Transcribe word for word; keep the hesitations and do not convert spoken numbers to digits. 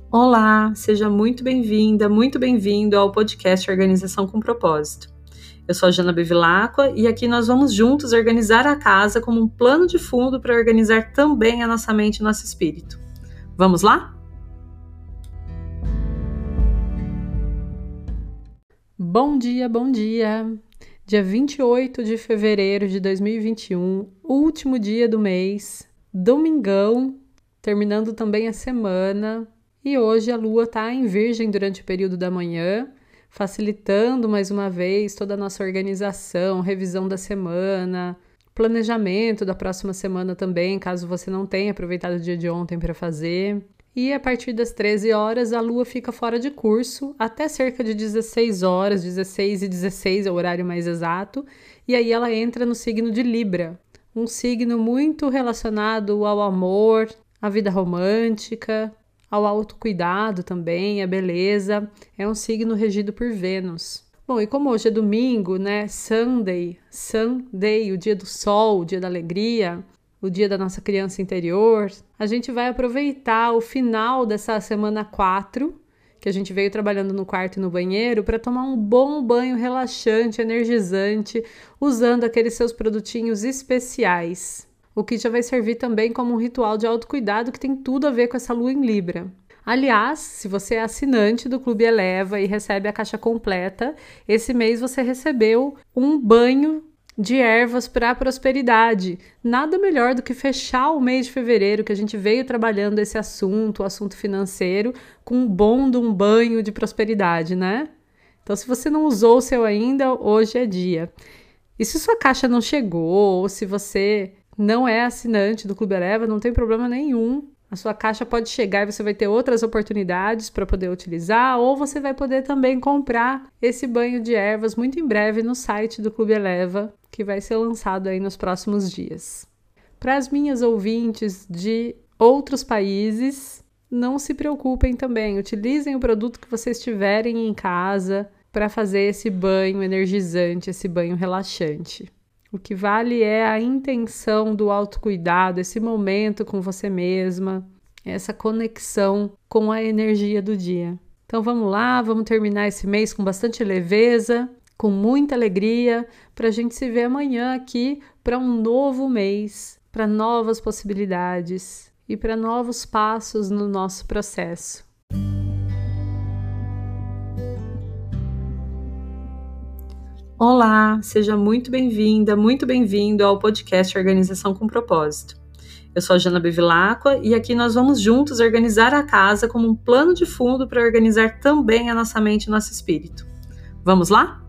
Olá, seja muito bem-vinda, muito bem-vindo ao podcast Organização com Propósito. Eu sou a Jana Bevilacqua e aqui nós vamos juntos organizar a casa como um plano de fundo para organizar também a nossa mente e nosso espírito. Vamos lá? Bom dia, bom dia! Dia vinte e oito de fevereiro de dois mil e vinte e um, último dia do mês, domingão, terminando também a semana. E hoje a Lua está em Virgem durante o período da manhã, facilitando mais uma vez toda a nossa organização, revisão da semana, planejamento da próxima semana também, caso você não tenha aproveitado o dia de ontem para fazer. E a partir das treze horas a Lua fica fora de curso até cerca de dezesseis horas, dezesseis e dezesseis é o horário mais exato, e aí ela entra no signo de Libra, um signo muito relacionado ao amor, à vida romântica, ao autocuidado também, à beleza. É um signo regido por Vênus. Bom, e como hoje é domingo, né? Sunday, Sunday, o dia do sol, o dia da alegria, o dia da nossa criança interior, a gente vai aproveitar o final dessa semana quatro, que a gente veio trabalhando no quarto e no banheiro, para tomar um bom banho relaxante, energizante, usando aqueles seus produtinhos especiais. O que já vai servir também como um ritual de autocuidado que tem tudo a ver com essa lua em Libra. Aliás, se você é assinante do Clube Eleva e recebe a caixa completa, esse mês você recebeu um banho de ervas para a prosperidade. Nada melhor do que fechar o mês de fevereiro, que a gente veio trabalhando esse assunto, o assunto financeiro, com um bom de um banho de prosperidade, né? Então, se você não usou o seu ainda, hoje é dia. E se sua caixa não chegou, ou se você não é assinante do Clube Eleva, não tem problema nenhum. A sua caixa pode chegar e você vai ter outras oportunidades para poder utilizar, ou você vai poder também comprar esse banho de ervas muito em breve no site do Clube Eleva, que vai ser lançado aí nos próximos dias. Para as minhas ouvintes de outros países, não se preocupem também, utilizem o produto que vocês tiverem em casa para fazer esse banho energizante, esse banho relaxante. O que vale é a intenção do autocuidado, esse momento com você mesma, essa conexão com a energia do dia. Então vamos lá, vamos terminar esse mês com bastante leveza, com muita alegria, para a gente se ver amanhã aqui para um novo mês, para novas possibilidades e para novos passos no nosso processo. Olá, seja muito bem-vinda, muito bem-vindo ao podcast Organização com Propósito. Eu sou a Jana Bevilacqua e aqui nós vamos juntos organizar a casa como um plano de fundo para organizar também a nossa mente e nosso espírito. Vamos lá?